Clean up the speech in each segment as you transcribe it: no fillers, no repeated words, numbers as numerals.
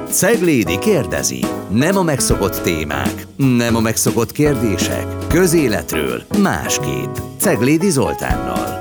Ceglédi kérdezi. Nem a megszokott témák, nem a megszokott kérdések. Közéletről másképp. Ceglédi Zoltánnal.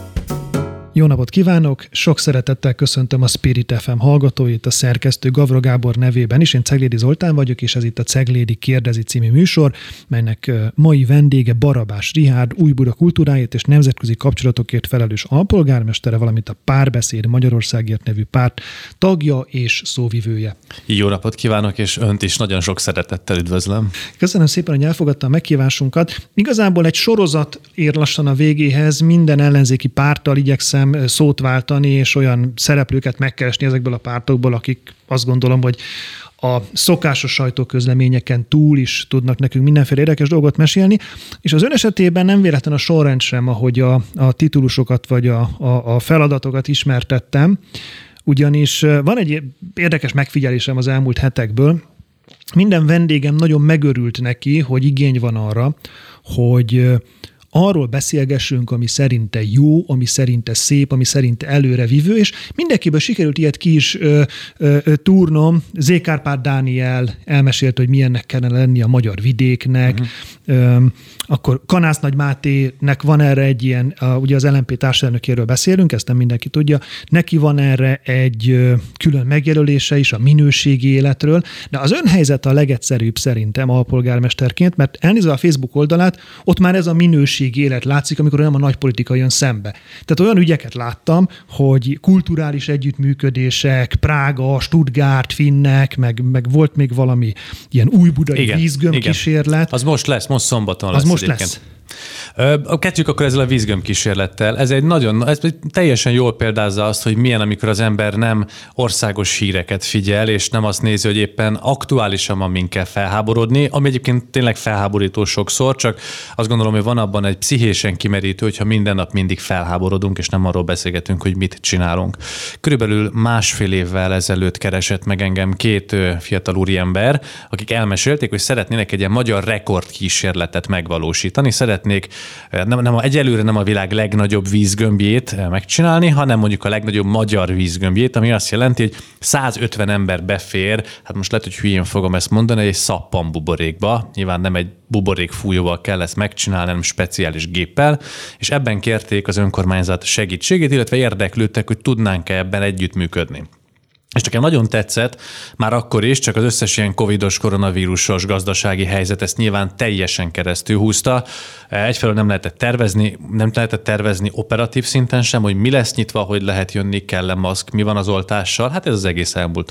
Jó napot kívánok! Sok szeretettel köszöntöm a Spirit FM hallgatóit, a szerkesztő Gavra Gábor nevében is. Én Ceglédi Zoltán vagyok, és ez itt a Ceglédi kérdezi című műsor, melynek mai vendége Barabás Richárd, Újbuda kultúráért és nemzetközi kapcsolatokért felelős alpolgármestere, valamint a Párbeszéd Magyarországért nevű párt tagja és szóvivője. Jó napot kívánok, és önt is nagyon sok szeretettel üdvözlöm. Köszönöm szépen, hogy elfogadta a meghívásunkat. Igazából egy sorozat ér lassan a végéhez, minden ellenzéki párttal igyekszem szót váltani, és olyan szereplőket megkeresni ezekből a pártokból, akik azt gondolom, hogy a szokásos sajtóközleményeken túl is tudnak nekünk mindenféle érdekes dolgot mesélni, és az ön esetében nem véletlen a sorrend sem, ahogy a titulusokat vagy a feladatokat ismertettem, ugyanis van egy érdekes megfigyelésem az elmúlt hetekből. Minden vendégem nagyon megörült neki, hogy igény van arra, hogy arról beszélgessünk, ami szerinte jó, ami szerinte szép, ami szerinte előrevívő, és mindenkiből sikerült ilyet ki is túrnom. Z. Kárpát Dániel elmesélt, hogy milyennek kellene lenni a magyar vidéknek, akkor Kanász Nagy Mátének van erre egy ilyen, ugye az LMP társelnökéről beszélünk, ezt nem mindenki tudja, neki van erre egy külön megjelölése is a minőségi életről, de az ön helyzet a legegyszerűbb szerintem alpolgármesterként, mert elnézve a Facebook oldalát, ott már ez a minőségi élet látszik, amikor nem a nagy politika jön szembe. Tehát olyan ügyeket láttam, hogy kulturális együttműködések, Prága, Stuttgart, finnek, meg volt még valami ilyen újbudai vízgömb kísérlet. Az most lesz, most szombaton lesz. Lesz. Kezdjük akkor ezzel a vízgömb kísérlettel. Ez teljesen jól példázza azt, hogy milyen, amikor az ember nem országos híreket figyel, és nem azt nézi, hogy éppen aktuálisan van min kell felháborodni, ami egyébként tényleg felháborító sokszor, csak azt gondolom, hogy van abban egy pszichésen kimerítő, hogyha minden nap mindig felháborodunk, és nem arról beszélgetünk, hogy mit csinálunk. Körülbelül másfél évvel ezelőtt keresett meg engem két fiatal úriember, akik elmesélték, hogy szeretnének egy ilyen magyar rekordkísérletet megvalósítani, szeretnék egyelőre nem a világ legnagyobb vízgömbjét megcsinálni, hanem mondjuk a legnagyobb magyar vízgömbjét, ami azt jelenti, hogy 150 ember befér, hát most lehet, hogy hülyén fogom ezt mondani, egy szappanbuborékba, nyilván nem egy buborékfújóval kell ezt megcsinálni, hanem speciális géppel, és ebben kérték az önkormányzat segítségét, illetve érdeklődtek, hogy tudnánk-e ebben együttműködni. És nekem nagyon tetszett, már akkor is, csak az összes ilyen covidos, koronavírusos gazdasági helyzet ezt nyilván teljesen keresztül húzta. Egyfelől nem lehetett tervezni operatív szinten sem, hogy mi lesz nyitva, hogy lehet jönni, kell-e maszk, mi van az oltással. Hát ez az egész elmúlt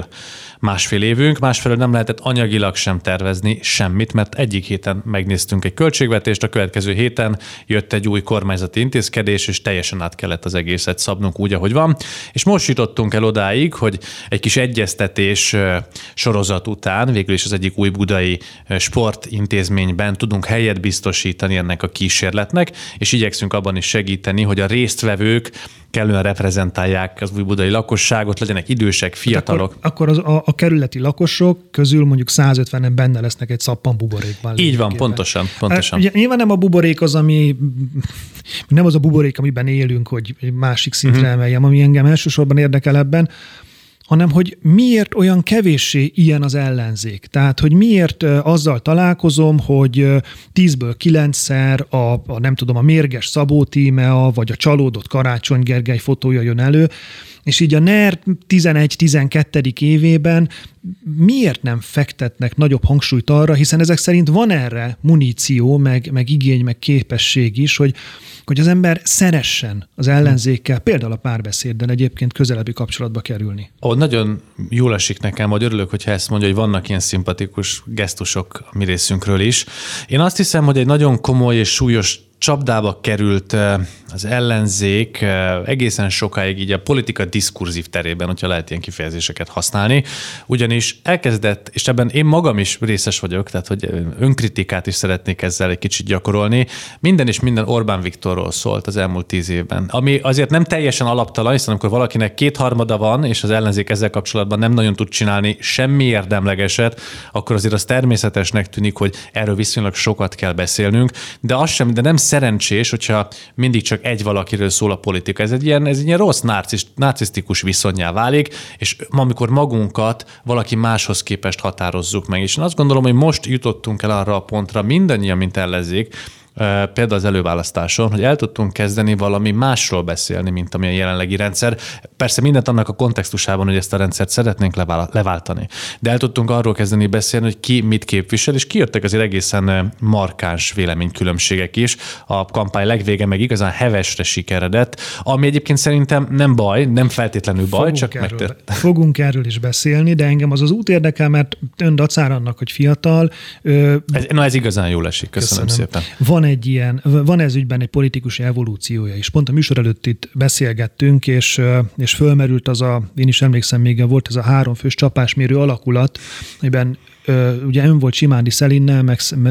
másfél évünk. Másfelől nem lehetett anyagilag sem tervezni semmit, mert egyik héten megnéztünk egy költségvetést, a következő héten jött egy új kormányzati intézkedés, és teljesen át kellett az egészet szabnunk úgy, ahogy van. És most jutottunk el odáig, hogy egy kis egyeztetés sorozat után végül is az egyik újbudai sportintézményben tudunk helyet biztosítani ennek a kísérletnek, és igyekszünk abban is segíteni, hogy a résztvevők kellően reprezentálják az újbudai lakosságot, legyenek idősek, fiatalok. Akkor a kerületi lakosok közül mondjuk 150-en benne lesznek egy szappanbuborékban. Így van, pontosan. Ugye, nyilván nem a buborék az, nem az a buborék, amiben élünk, hogy másik szintre emeljem, ami engem elsősorban érdekel ebben, hanem hogy miért olyan kevéssé ilyen az ellenzék. Tehát, hogy miért azzal találkozom, hogy 10-ből 9-szer a mérges Szabó Tímea, vagy a csalódott Karácsony Gergely fotója jön elő, és így a NER 11-12. évében miért nem fektetnek nagyobb hangsúlyt arra, hiszen ezek szerint van erre muníció, meg igény, meg képesség is, hogy az ember szeressen az ellenzékkel, például a Párbeszéddel egyébként közelebbi kapcsolatba kerülni. Nagyon jól esik nekem, vagy örülök, hogyha ezt mondja, hogy vannak ilyen szimpatikus gesztusok a mi részünkről is. Én azt hiszem, hogy egy nagyon komoly és súlyos csapdába került az ellenzék egészen sokáig így a politika diskurzív terében, hogyha lehet ilyen kifejezéseket használni, ugyanis elkezdett, és ebben én magam is részes vagyok, tehát hogy önkritikát is szeretnék ezzel egy kicsit gyakorolni, minden Orbán Viktorról szólt az elmúlt 10 évben, ami azért nem teljesen alaptalan, hiszen amikor valakinek 2/3 van, és az ellenzék ezzel kapcsolatban nem nagyon tud csinálni semmi érdemlegeset, akkor azért az természetesnek tűnik, hogy erről viszonylag sokat kell beszélnünk, de nem szerencsés, hogyha mindig csak egy valakiről szól a politika. Ez egy ilyen rossz narcisztikus viszonnyá válik, és amikor magunkat valaki máshoz képest határozzuk meg. És én azt gondolom, hogy most jutottunk el arra a pontra mindannyian, mint ellenzék, például az előválasztáson, hogy el tudtunk kezdeni valami másról beszélni, mint ami a jelenlegi rendszer. Persze mindent annak a kontextusában, hogy ezt a rendszert szeretnénk leváltani. De el tudtunk arról kezdeni beszélni, hogy ki mit képvisel, és kijöttek azért egészen markáns véleménykülönbségek is. A kampány legvége meg igazán hevesre sikeredett, ami egyébként szerintem nem baj, nem feltétlenül baj, csak megtört. Fogunk erről is beszélni, de engem az út érdekel, mert ön dacára annak, hogy fiatal. Ez igazán jól esik, köszönöm szépen. Van ez ügyben egy politikus evolúciója is. Pont a műsor előtt itt beszélgettünk, és fölmerült én is emlékszem még, volt ez a 3 fős csapásmérő alakulat, amiben ugye ön volt Simándi Szelinnel,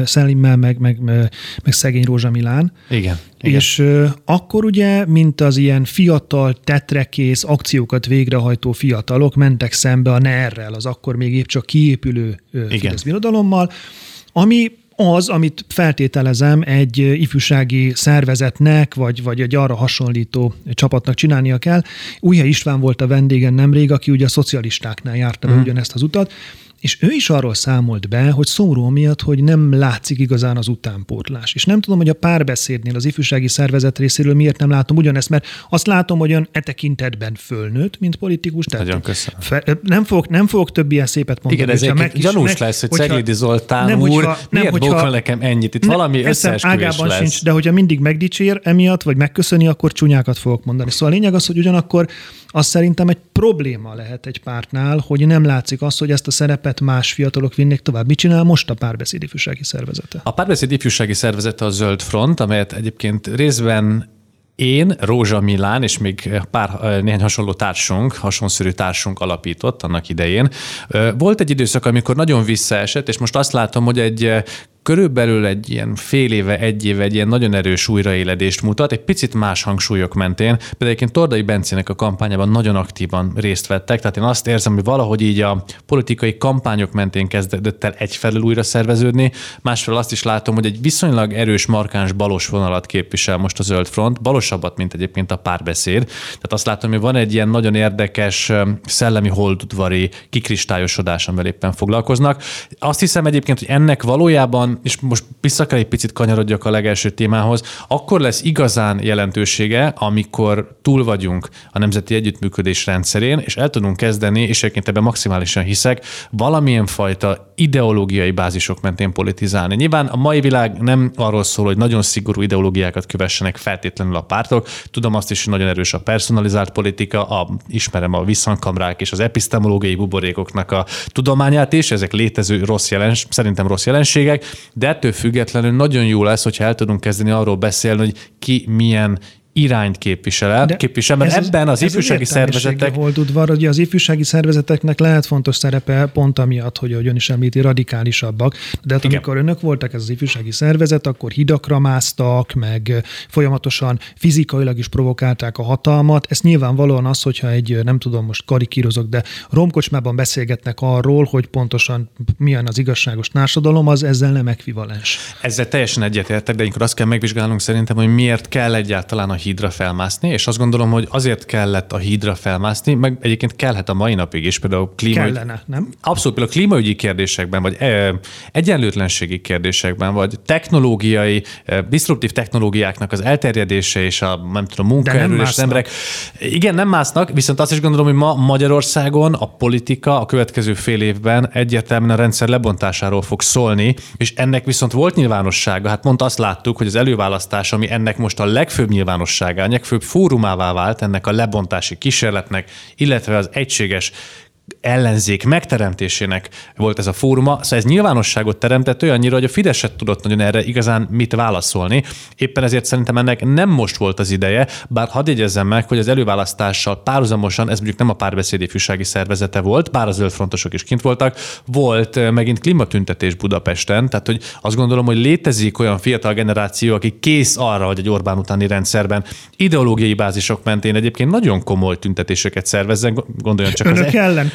meg szegény Rózsa Milán. Igen. És akkor ugye, mint az ilyen fiatal, tetrekész akciókat végrehajtó fiatalok mentek szembe a NER-rel, az akkor még épp csak kiépülő Fidesz birodalommal, ami az, amit feltételezem egy ifjúsági szervezetnek, vagy egy arra hasonlító csapatnak csinálnia kell. Újhely István volt a vendégen nemrég, aki ugye a szocialistáknál járta be ugyanezt az utat, és ő is arról számolt be, hogy szomorú miatt, hogy nem látszik igazán az utánpótlás. És nem tudom, hogy a Párbeszédnél az ifjúsági szervezet részéről miért nem látom ugyanezt, mert azt látom, hogy ön tekintetben fölnőtt, mint politikus. Nagyon köszönöm. Nem fogok több ilyen szépet mondani. Igen, ez gyanús lesz, hogy Ceglidi Zoltán úr miért bókol nekem ennyit? Itt valami összeesküvés lesz. Sincs, de hogyha mindig megdicsér emiatt, vagy megköszöni, akkor csúnyákat fogok mondani. Szóval a lényeg az, hogy ugyanakkor az szerintem egy probléma lehet egy pártnál, hogy nem látszik az, hogy ezt a szerepet más fiatalok vinnék tovább. Mit csinál most a Párbeszéd ifjúsági szervezete? A Párbeszéd ifjúsági szervezete a Zöld Front, amelyet egyébként részben én, Rózsa Milán és még néhány hasonló hasonszörű társunk alapított annak idején. Volt egy időszak, amikor nagyon visszaesett, és most azt látom, hogy körülbelül egy ilyen fél éve, egy éve egy ilyen nagyon erős újraéledést mutat, egy picit más hangsúlyok mentén. Például egyébként Tordai Bencének a kampányában nagyon aktívan részt vettek, tehát én azt érzem, hogy valahogy így a politikai kampányok mentén kezdett el egyfelől újra szerveződni, másfelől azt is látom, hogy egy viszonylag erős, markáns balos vonalat képvisel most a Zöld Front, balosabbat, mint egyébként a Párbeszéd. Tehát azt látom, hogy van egy ilyen nagyon érdekes szellemi holdudvari kikristályosodás, amivel éppen foglalkoznak. Azt hiszem egyébként, hogy ennek valójában, és most vissza kell egy picit kanyarodjak a legelső témához, akkor lesz igazán jelentősége, amikor túl vagyunk a nemzeti együttműködés rendszerén, és el tudunk kezdeni, és egyébként ebben maximálisan hiszek, valamilyen fajta ideológiai bázisok mentén politizálni. Nyilván a mai világ nem arról szól, hogy nagyon szigorú ideológiákat kövessenek feltétlenül a pártok. Tudom azt is, hogy nagyon erős a personalizált politika, ismerem a visszhangkamrák és az epistemológiai buborékoknak a tudományát is, ezek létező szerintem rossz jelenségek, de ettől függetlenül nagyon jó lesz, hogyha el tudunk kezdeni arról beszélni, hogy ki milyen irányt képvisel, mert ebben az ifjúsági szervezetek... Holdudvar, hogy az ifjúsági szervezeteknek lehet fontos szerepe pont amiatt, hogy ön is említi, radikálisabbak. De hát amikor önök voltak ez az ifjúsági szervezet, akkor hidakra másztak, meg folyamatosan fizikailag is provokálták a hatalmat. Ez nyilvánvalóan az, hogyha nem tudom, most karikírozok, de romkocsmában beszélgetnek arról, hogy pontosan milyen az igazságos társadalom, az ezzel nem ekvivalens. Ezzel teljesen egyetértek, de akkor azt kell megvizsgálnunk szerintem, hogy miért kell egyáltalán a hídra felmászni, és azt gondolom, hogy azért kellett a hídra felmászni, meg egyébként kellhet a mai napig is, például kellene, nem? Abszolút, például klímaügyi kérdésekben, vagy egyenlőtlenségi kérdésekben, vagy technológiai, diszruptív technológiáknak az elterjedése és a munkaerő és az emberek. Igen, nem másznak, viszont azt is gondolom, hogy ma Magyarországon a politika a következő fél évben egyértelműen a rendszer lebontásáról fog szólni, és ennek viszont volt nyilvánossága. Hát pont azt láttuk, hogy az előválasztás, ami ennek most a legfőbb nyilvánossága, a legfőbb fórumává vált ennek a lebontási kísérletnek, illetve az egységes ellenzék megteremtésének volt ez a fóruma, szóval ez nyilvánosságot teremtett olyannyira, hogy a Fidesz se tudott nagyon erre igazán mit válaszolni. Éppen ezért szerintem ennek nem most volt az ideje, bár hadd jegyezzem meg, hogy az előválasztással párhuzamosan, ez mondjuk nem a Párbeszéd ifjúsági szervezete volt, bár a Zöld Frontosok is kint voltak, volt megint klímatüntetés Budapesten, tehát hogy azt gondolom, hogy létezik olyan fiatal generáció, aki kész arra, hogy egy Orbán utáni rendszerben ideológiai bázisok mentén egyébként nagyon komoly tüntetéseket szervezzen, gondoljon csak Önök ellen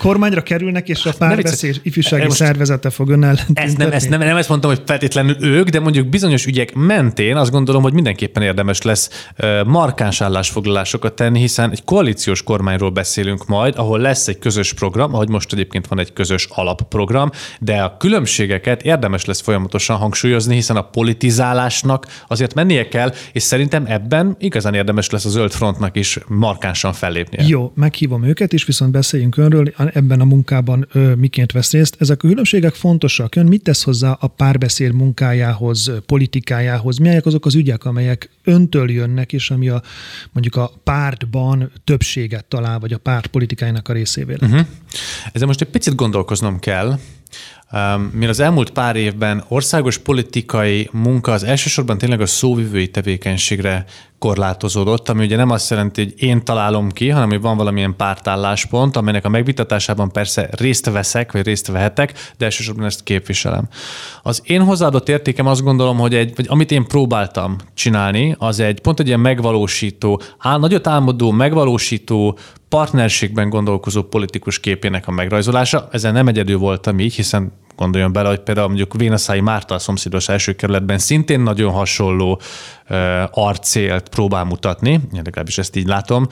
kormányra kerülnek, és a Párbeszéd ifjúsági szervezete fog önnel nem ezt mondtam, hogy feltétlenül ők, de mondjuk bizonyos ügyek mentén azt gondolom, hogy mindenképpen érdemes lesz markáns állásfoglalásokat tenni, hiszen egy koalíciós kormányról beszélünk majd, ahol lesz egy közös program, ahogy most egyébként van egy közös alapprogram, de a különbségeket érdemes lesz folyamatosan hangsúlyozni, hiszen a politizálásnak azért mennie kell, és szerintem ebben igazán érdemes lesz a Zöld Frontnak is markánsan fellépnie. Jó, meghívom őket, és viszont beszéljünk önről, ebben a munkában miként vesz részt. Ezek a különbségek fontosak. Ön mit tesz hozzá a Párbeszéd munkájához, politikájához? Melyek azok az ügyek, amelyek öntől jönnek, és ami mondjuk a pártban többséget talál, vagy a párt politikájának a részévé lett? Ezzel most egy picit gondolkoznom kell. Mivel az elmúlt pár évben országos politikai munka az elsősorban tényleg a szóvivői tevékenységre korlátozódott, ami ugye nem azt jelenti, hogy én találom ki, hanem hogy van valamilyen pártálláspont, amelynek a megvitatásában persze részt veszek, vagy részt vehetek, de elsősorban ezt képviselem. Az én hozzáadott értékem azt gondolom, hogy vagy amit én próbáltam csinálni, az pont egy ilyen megvalósító, nagyot álmodó, megvalósító, partnerségben gondolkozó politikus képének a megrajzolása. Ezzel nem egyedül voltam így, hiszen gondoljon bele, hogy például mondjuk Vénaszái Márta a szomszédos első kerületben szintén nagyon hasonló arccélt próbál mutatni, legalábbis ezt így látom,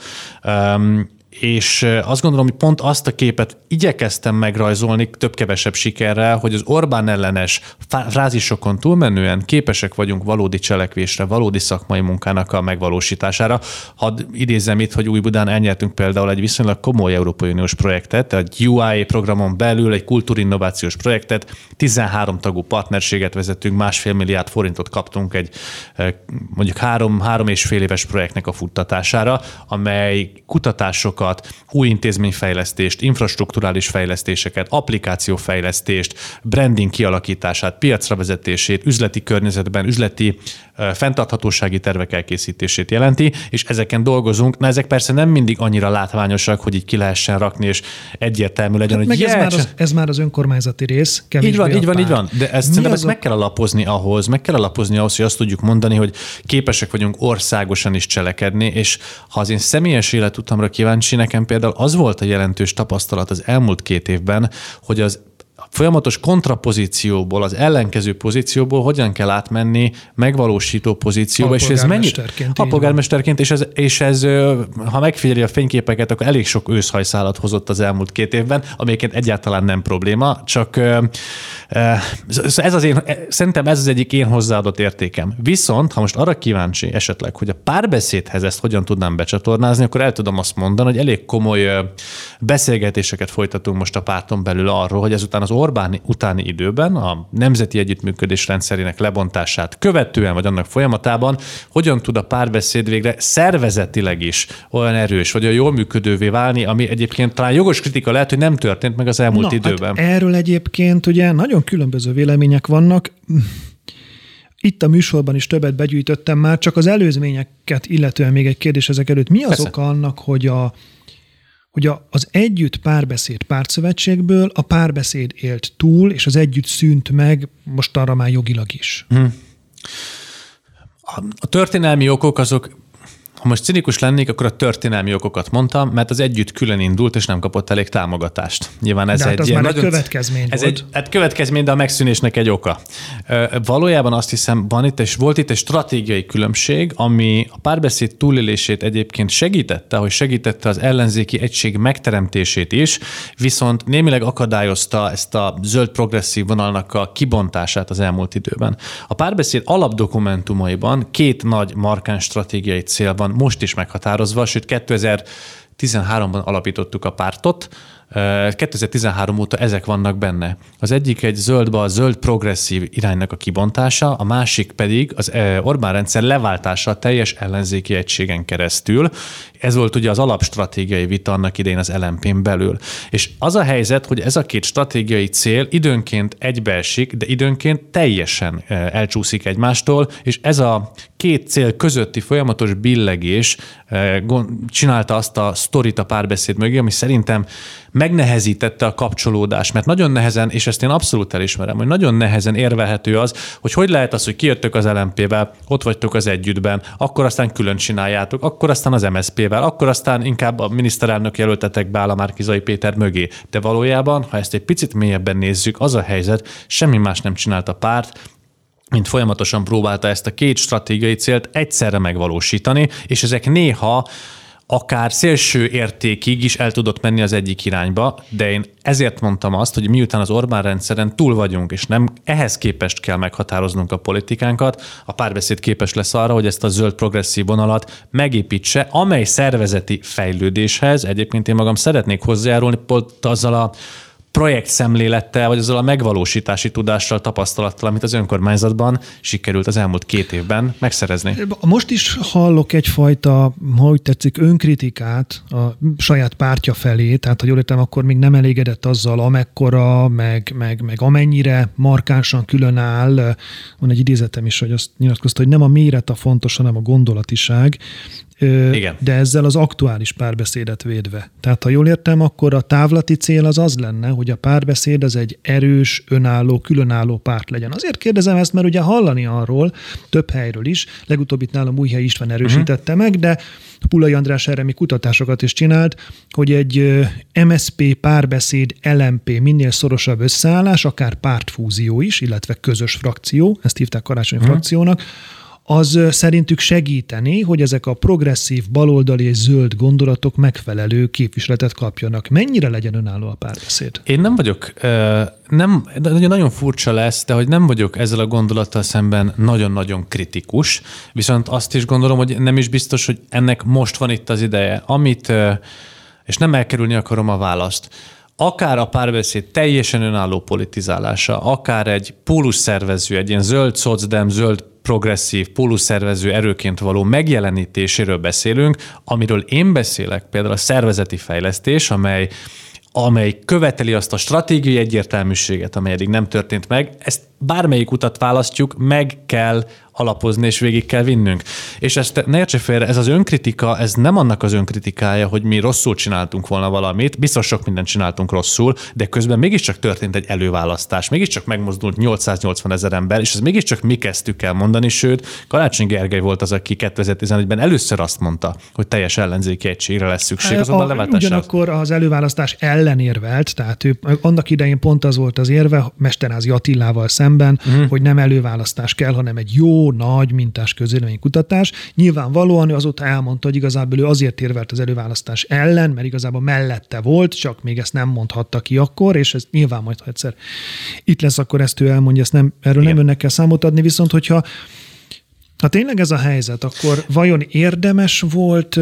és azt gondolom, hogy pont azt a képet igyekeztem megrajzolni több-kevesebb sikerrel, hogy az Orbán ellenes frázisokon túlmenően képesek vagyunk valódi cselekvésre, valódi szakmai munkának a megvalósítására. Hadd idézzem itt, hogy Újbudán elnyertünk például egy viszonylag komoly Európai Uniós projektet, egy UIA programon belül egy kultúrinnovációs projektet, 13 tagú partnerséget vezetünk, 1,5 milliárd forintot kaptunk egy mondjuk 3,5 éves projektnek a futtatására, amely kutatásokat, új intézményfejlesztést, infrastrukturális fejlesztéseket, applikációfejlesztést, branding kialakítását, piacra vezetését, üzleti környezetben, üzleti fenntarthatósági tervek elkészítését jelenti, és ezeken dolgozunk. Na, ezek persze nem mindig annyira látványosak, hogy így ki lehessen rakni, és egyértelmű legyen, hogy ez már az önkormányzati rész. Így van. De ezt meg kell alapozni ahhoz, hogy azt tudjuk mondani, hogy képesek vagyunk országosan is cselekedni, és ha az én személyes életutamra kíváncsi, nekem például az volt a jelentős tapasztalat az elmúlt 2 évben, hogy az folyamatos kontrapozícióból, az ellenkező pozícióból hogyan kell átmenni megvalósító pozícióba, és ez polgármesterként, és ez, ha megfigyeli a fényképeket, akkor elég sok őszhajszálat hozott az elmúlt 2 évben, amelyiként egyáltalán nem probléma, csak szerintem ez az egyik én hozzáadott értékem. Viszont, ha most arra kíváncsi esetleg, hogy a Párbeszédhez ezt hogyan tudnám becsatornázni, akkor el tudom azt mondani, hogy elég komoly beszélgetéseket folytatunk most a párton belül arról, hogy ezután az Orbán utáni időben a nemzeti együttműködés rendszerének lebontását követően, vagy annak folyamatában, hogyan tud a Párbeszéd végre szervezetileg is olyan erős, vagy olyan jól működővé válni, ami egyébként talán jogos kritika lehet, hogy nem történt meg az elmúlt időben. Hát erről egyébként ugye nagyon különböző vélemények vannak. Itt a műsorban is többet begyűjtöttem már, csak az előzményeket illetően még egy kérdés ezek előtt. Mi az oka annak, hogy az Együtt Párbeszéd pártszövetségből a Párbeszéd élt túl, és az Együtt szűnt meg most arra már jogilag is? A történelmi okok azok, ha most cinikus lennék, akkor a történelmi okokat mondtam, mert az Együtt külön indult, és nem kapott elég támogatást. Nyilván ez egy ilyen nagyon következmény volt. Ez következmény, de a megszűnésnek egy oka. Valójában azt hiszem, volt itt egy stratégiai különbség, ami a Párbeszéd túlélését egyébként segítette az ellenzéki egység megteremtését is, viszont némileg akadályozta ezt a zöld progresszív vonalnak a kibontását az elmúlt időben. A Párbeszéd alapdokumentumaiban 2 nagy markáns stratégiai cél van most is meghatározva, sőt 2013-ban alapítottuk a pártot, 2013 óta ezek vannak benne. Az egyik egy zöld progresszív iránynak a kibontása, a másik pedig az Orbán rendszer leváltása a teljes ellenzéki egységen keresztül. Ez volt ugye az alapstratégiai vita annak idején az LMP-n belül. És az a helyzet, hogy ez a 2 stratégiai cél időnként egybeesik, de időnként teljesen elcsúszik egymástól, és ez a 2 cél közötti folyamatos billegés csinálta azt a sztorit a Párbeszéd mögé, ami szerintem megnehezítette a kapcsolódást, mert nagyon nehezen, és ezt én abszolút elismerem, hogy nagyon nehezen érvelhető az, hogy lehet az, hogy kijöttök az LMP-vel, ott vagytok az Együttben, akkor aztán külön csináljátok, akkor aztán az MSZP-vel, akkor aztán inkább a miniszterelnök jelöltetek be a Márki-Zay Péter mögé. De valójában, ha ezt egy picit mélyebben nézzük, az a helyzet, semmi más nem csinált a párt, mint folyamatosan próbálta ezt a két stratégiai célt egyszerre megvalósítani, és ezek néha akár szélső értékig is el tudott menni az egyik irányba, de én ezért mondtam azt, hogy miután az Orbán rendszeren túl vagyunk, és nem ehhez képest kell meghatároznunk a politikánkat, a Párbeszéd képes lesz arra, hogy ezt a zöld progresszív vonalat megépítse, amely szervezeti fejlődéshez egyébként én magam szeretnék hozzájárulni, pont azzal a projektszemlélettel, vagy azzal a megvalósítási tudással, tapasztalattal, amit az önkormányzatban sikerült az elmúlt 2 évben megszerezni. Most is hallok egyfajta, ha úgy tetszik, önkritikát a saját pártja felé, tehát ha jól értem, akkor még nem elégedett azzal, amekkora, meg amennyire markánsan különáll. Van egy idézetem is, hogy azt nyilatkozta, hogy nem a méret a fontos, hanem a gondolatiság. Igen. De ezzel az aktuális párbeszédet védve. Tehát ha jól értem, akkor a távlati cél az lenne, hogy a párbeszéd az egy erős, önálló, különálló párt legyen. Azért kérdezem ezt, mert ugye hallani arról, több helyről is, legutóbb itt nálam Újhelyi István erősítette meg, de Pulai András erre még kutatásokat is csinált, hogy egy MSZP párbeszéd LMP minél szorosabb összeállás, akár pártfúzió is, illetve közös frakció, ezt hívták karácsonyi frakciónak, az szerintük segíteni, hogy ezek a progresszív, baloldali és zöld gondolatok megfelelő képviseletet kapjanak. Mennyire legyen önálló a párbeszéd? Én nem vagyok, nagyon furcsa lesz, de hogy nem vagyok ezzel a gondolattal szemben nagyon-nagyon kritikus, viszont azt is gondolom, hogy nem is biztos, hogy ennek most van itt az ideje, és nem elkerülni akarom a választ. Akár a párbeszéd teljesen önálló politizálása, akár egy pólusszervező, egy ilyen zöld szocdem, zöld progresszív, pólusszervező erőként való megjelenítéséről beszélünk, amiről én beszélek, például a szervezeti fejlesztés, amely követeli azt a stratégiai egyértelműséget, amely eddig nem történt meg, ezt bármelyik utat választjuk, meg kell alapozni és végig kell vinnünk. És ezt ne értse félre, ez az önkritika, ez nem annak az önkritikája, hogy mi rosszul csináltunk volna valamit, biztos sok mindent csináltunk rosszul, de közben mégiscsak történt egy előválasztás, mégiscsak megmozdult 880 000 ember, és ez mégiscsak mi kezdtük el mondani, sőt, Karácsony Gergely volt az, aki 2011-ben először azt mondta, hogy teljes ellenzéki egységre lesz szükség azonban leváltásra. Ugyanakkor az előválasztás ellen érvelt, tehát ő annak idején pont az volt az érve, Mesterházy Attilával szemben, hogy nem előválasztás kell, hanem egy jó, nagy mintás közvéleménykutatás. Nyilvánvalóan ő azóta elmondta, hogy igazából ő azért érvelt az előválasztás ellen, mert igazából mellette volt, csak még ezt nem mondhatta ki akkor, és ez nyilván majd, ha egyszer itt lesz, akkor ezt ő elmondja, ezt nem, erről nem önnek kell számot adni, viszont hogyha tényleg ez a helyzet, akkor vajon érdemes volt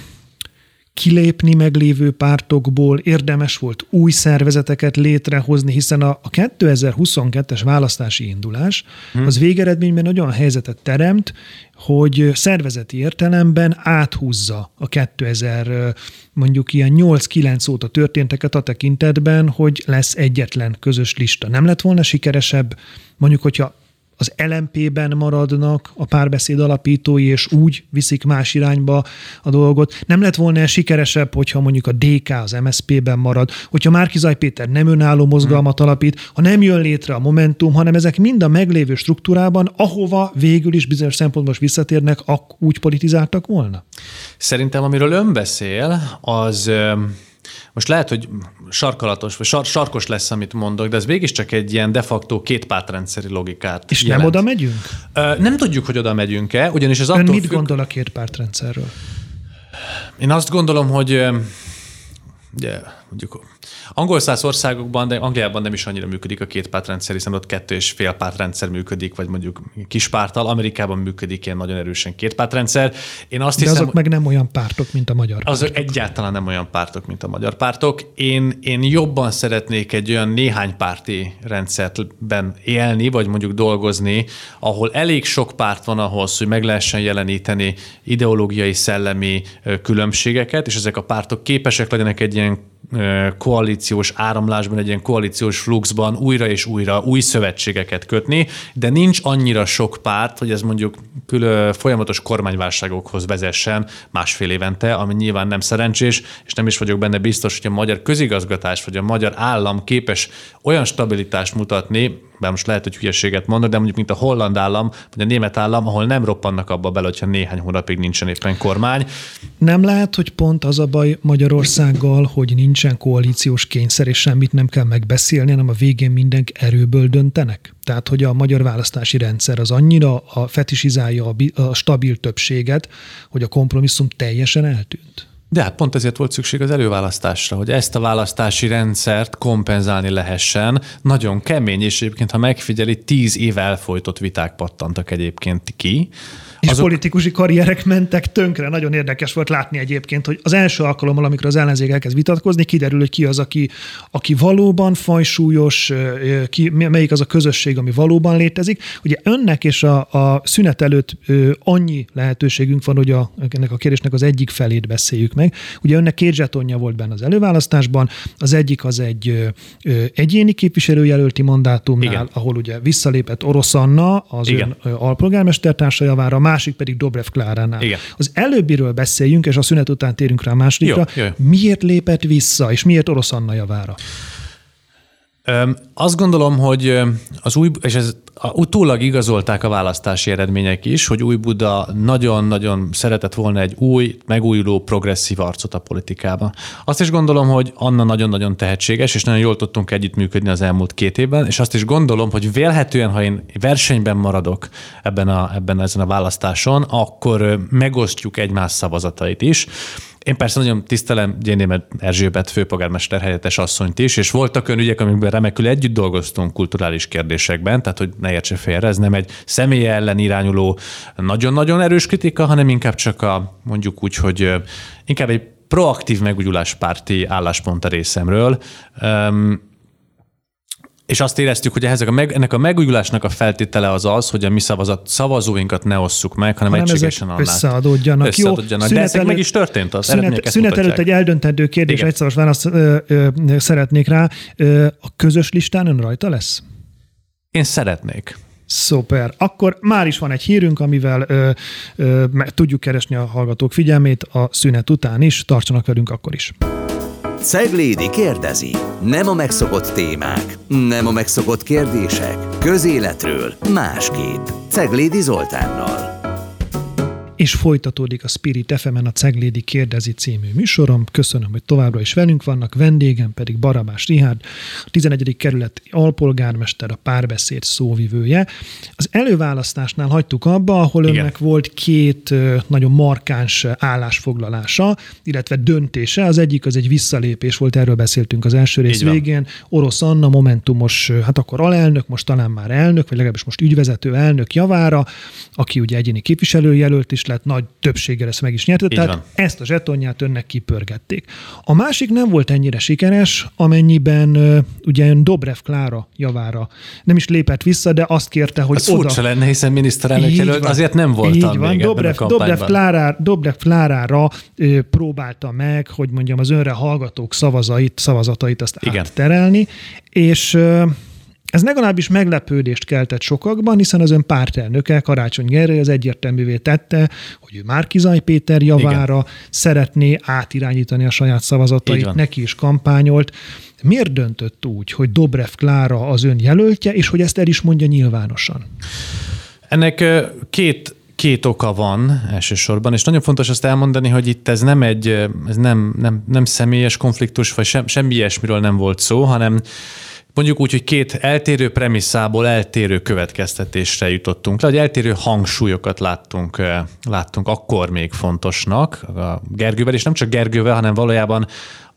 kilépni meglévő pártokból, érdemes volt új szervezeteket létrehozni, hiszen a 2022-es választási indulás az végeredményben olyan helyzetet teremt, hogy szervezeti értelemben áthúzza a 2000 mondjuk ilyen 8-9 óta történteket a tekintetben, hogy lesz egyetlen közös lista. Nem lett volna sikeresebb, mondjuk, hogyha az LMP-ben maradnak a párbeszéd alapítói, és úgy viszik más irányba a dolgot. Nem lett volna sikeresebb, hogyha mondjuk a DK az MSZP-ben marad, hogyha Márki-Zay Péter nem önálló mozgalmat alapít, ha nem jön létre a Momentum, hanem ezek mind a meglévő struktúrában, ahova végül is bizonyos szempontból visszatérnek, úgy politizáltak volna? Szerintem, amiről ön beszél, az... Most lehet, hogy sarkalatos, vagy sarkos lesz, amit mondok, de ez mégiscsak egy ilyen de facto kétpártrendszeri logikát és jelent. Nem oda megyünk? Nem tudjuk, hogy oda megyünk-e, ugyanis ez attól Ön mit gondol a kétpártrendszerről? Én azt gondolom, hogy ugye, mondjuk angol száz országokban, de Angliában nem is annyira működik a kétpártrendszer, hiszen ott 2,5 pártrendszer működik, vagy mondjuk kispárttal. Amerikában működik ilyen nagyon erősen kétpártrendszer. Én azt hiszem, azok meg nem olyan pártok, mint a magyar pártok. Azok egyáltalán nem olyan pártok, mint a magyar pártok. Én jobban szeretnék egy olyan néhány párti rendszerben élni, vagy mondjuk dolgozni, ahol elég sok párt van ahhoz, hogy meg lehessen jeleníteni ideológiai, szellemi különbségeket, és ezek a pártok képesek legyenek egy ilyen koalíciós áramlásban, egy ilyen koalíciós fluxban újra és újra új szövetségeket kötni, de nincs annyira sok párt, hogy ez mondjuk folyamatos kormányválságokhoz vezessen másfél évente, ami nyilván nem szerencsés, és nem is vagyok benne biztos, hogy a magyar közigazgatás vagy a magyar állam képes olyan stabilitást mutatni, bár most lehet, hogy hülyeséget mondok, de mondjuk mint a holland állam, vagy a német állam, ahol nem roppannak abba bele, hogyha néhány hónapig nincsen éppen kormány. Nem lehet, hogy pont az a baj Magyarországgal, hogy nincsen koalíciós kényszer, és semmit nem kell megbeszélni, hanem a végén mindenki erőből döntenek? Tehát, hogy a magyar választási rendszer az annyira fetisizálja a stabil többséget, hogy a kompromisszum teljesen eltűnt? De hát pont ezért volt szükség az előválasztásra, hogy ezt a választási rendszert kompenzálni lehessen. Nagyon kemény, és egyébként, ha megfigyeli, 10 év elfojtott viták pattantak egyébként ki. És politikusi karrierek mentek tönkre. Nagyon érdekes volt látni egyébként, hogy az első alkalommal, amikor az ellenzék elkezd vitatkozni, kiderül, hogy ki az, aki valóban fajsúlyos, melyik az a közösség, ami valóban létezik. Ugye önnek és a szünet előtt annyi lehetőségünk van, hogy ennek a kérdésnek az egyik felét beszéljük meg. Ugye önnek 2 zsetonja volt benne az előválasztásban, az egyik az egy egyéni képviselőjelölti mandátumnál, igen, ahol ugye visszalépett Orosz Anna az ön alpolgármester társa javára, a másik pedig Dobrev Kláránál. Igen. Az előbbiről beszéljünk, és a szünet után térünk rá a másodikra. Jó. Miért lépett vissza, és miért Orosz Anna javára? Azt gondolom, hogy az új, és ez utólag igazolták a választási eredmények is, hogy Újbuda nagyon-nagyon szeretett volna egy új, megújuló, progresszív arcot a politikában. Azt is gondolom, hogy Anna nagyon-nagyon tehetséges, és nagyon jól tudtunk együttműködni az elmúlt 2 évben, és azt is gondolom, hogy vélhetően, ha én versenyben maradok ezen a választáson, akkor megosztjuk egymás szavazatait is. Én persze nagyon tisztelem Gyénémet Erzsébet főpolgármester helyettes asszonyt is, és voltak olyan ügyek, amikben remekül együtt dolgoztunk kulturális kérdésekben, tehát hogy ne értse félre, ez nem egy személye ellen irányuló nagyon-nagyon erős kritika, hanem inkább csak mondjuk úgy, hogy inkább egy proaktív megújuláspárti álláspont a részemről. És azt éreztük, hogy ennek a megújulásnak a feltétele az, hogy a mi szavazóinkat ne osszuk meg, hanem egységesen annál. Összeadódjanak. Jó, de ez meg is történt. Szünet előtt egy eldöntendő kérdés, egyszavas választ szeretnék rá. A közös listán ön rajta lesz? Én szeretnék. Szuper. Akkor már is van egy hírünk, amivel tudjuk keresni a hallgatók figyelmét a szünet után is. Tartsanak velünk akkor is. Ceglédi kérdezi. Nem a megszokott témák, nem a megszokott kérdések. Közéletről másképp. Ceglédi Zoltánnal. És folytatódik a Spirit FM-en a Ceglédi kérdezi című műsorom. Köszönöm, hogy továbbra is velünk vannak. Vendégem pedig Barabás Richárd, a 11. kerületi alpolgármester, a Párbeszéd szóvivője. Az előválasztásnál hagytuk abba, ahol önnek volt 2 nagyon markáns állásfoglalása, illetve döntése. Az egyik az egy visszalépés volt, erről beszéltünk az első rész végén. Orosz Anna, momentumos, hát akkor alelnök, most talán már elnök, vagy legalábbis most ügyvezető elnök javára, aki ugye egyéni képviselőjelölt is lett, nagy többséggel ezt meg is nyerte, tehát ezt a zsetonját önnek kipörgették. A másik nem volt ennyire sikeres, amennyiben ugye ön Dobrev Klára javára nem is lépett vissza, de azt kérte, hogy az furcsa lenne, hiszen miniszterelnök jelölt, azért nem voltam még ebben a kampányban. Dobrev Klárára próbálta meg, hogy mondjam, az önre hallgatók szavazatait azt átterelni, és ez legalábbis meglepődést keltett sokakban, hiszen az ön pártelnöke, Karácsony Gergely az egyértelművé tette, hogy ő Márki-Zay Péter javára szeretné átirányítani a saját szavazatait, neki is kampányolt. Miért döntött úgy, hogy Dobrev Klára az ön jelöltje, és hogy ezt el is mondja nyilvánosan? Ennek két oka van elsősorban, és nagyon fontos azt elmondani, hogy itt ez nem személyes konfliktus, vagy semmi ilyesmiről nem volt szó, hanem mondjuk úgy, hogy 2 eltérő premisszából eltérő következtetésre jutottunk le, hogy eltérő hangsúlyokat láttunk akkor még fontosnak a Gergővel, és nem csak Gergővel, hanem valójában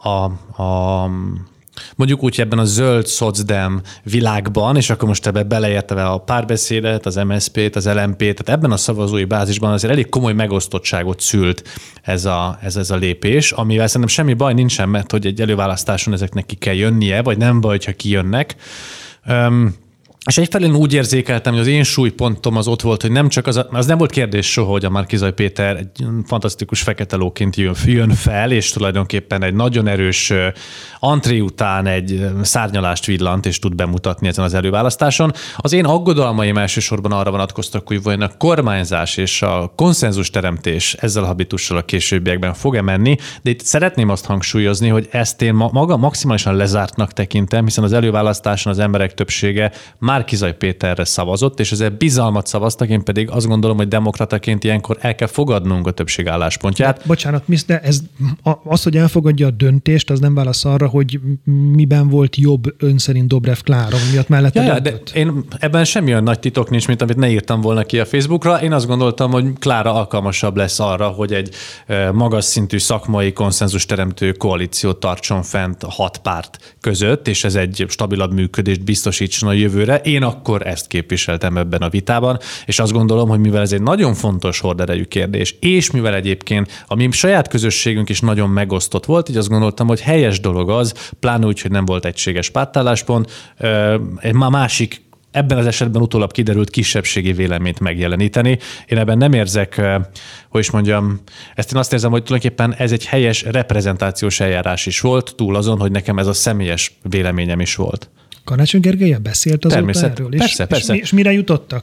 mondjuk úgy, ebben a zöld szocdem világban, és akkor most ebbe beleértve a Párbeszédet, az MSZP-t, az LMP-t, tehát ebben a szavazói bázisban azért elég komoly megosztottságot szült ez a lépés, amivel szerintem semmi baj nincsen, mert hogy egy előválasztáson ezeknek ki kell jönnie, vagy nem baj, ha kijönnek. És egyfelől úgy érzékeltem, hogy az én súlypontom az ott volt, hogy nem csak az nem volt kérdés soha, hogy a Márki-Zay Péter egy fantasztikus fekete lóként jön fel, és tulajdonképpen egy nagyon erős antré után egy szárnyalást villant, és tud bemutatni ezen az előválasztáson. Az én aggodalmaim elsősorban arra vonatkoztak, hogy vajon a kormányzás és a konszenzus teremtés ezzel a habitussal a későbbiekben fog-e menni, de itt szeretném azt hangsúlyozni, hogy ezt én maga maximálisan lezártnak tekintem, hiszen az előválasztáson az emberek többsége Márki-Zay Péterre szavazott, és ezzel bizalmat szavaztak, én pedig azt gondolom, hogy demokrataként ilyenkor el kell fogadnunk a többség álláspontját. De, bocsánat, de az, hogy elfogadja a döntést, az nem válasz arra, hogy miben volt jobb ön szerint Dobrev Klára, miatt mellette döntött. De én ebben semmilyen nagy titok nincs, mint amit ne írtam volna ki a Facebookra. Én azt gondoltam, hogy Klára alkalmasabb lesz arra, hogy egy magas szintű szakmai konszenzus teremtő koalíciót tartson fent a 6 párt között, és ez egy stabilabb működést biztosítson a jövőre. Én akkor ezt képviseltem ebben a vitában, és azt gondolom, hogy mivel ez egy nagyon fontos horderejű kérdés, és mivel egyébként a mi saját közösségünk is nagyon megosztott volt, így azt gondoltam, hogy helyes dolog az, pláne úgy, hogy nem volt egységes pártálláspont, egy másik ebben az esetben utólag kiderült kisebbségi véleményt megjeleníteni. Én ebben nem érzek, hogy is mondjam, ezt én azt érzem, hogy tulajdonképpen ez egy helyes reprezentációs eljárás is volt, túl azon, hogy nekem ez a személyes véleményem is volt. Karácsony Gergellyel beszélt azóta erről is? Persze. És mire jutottak?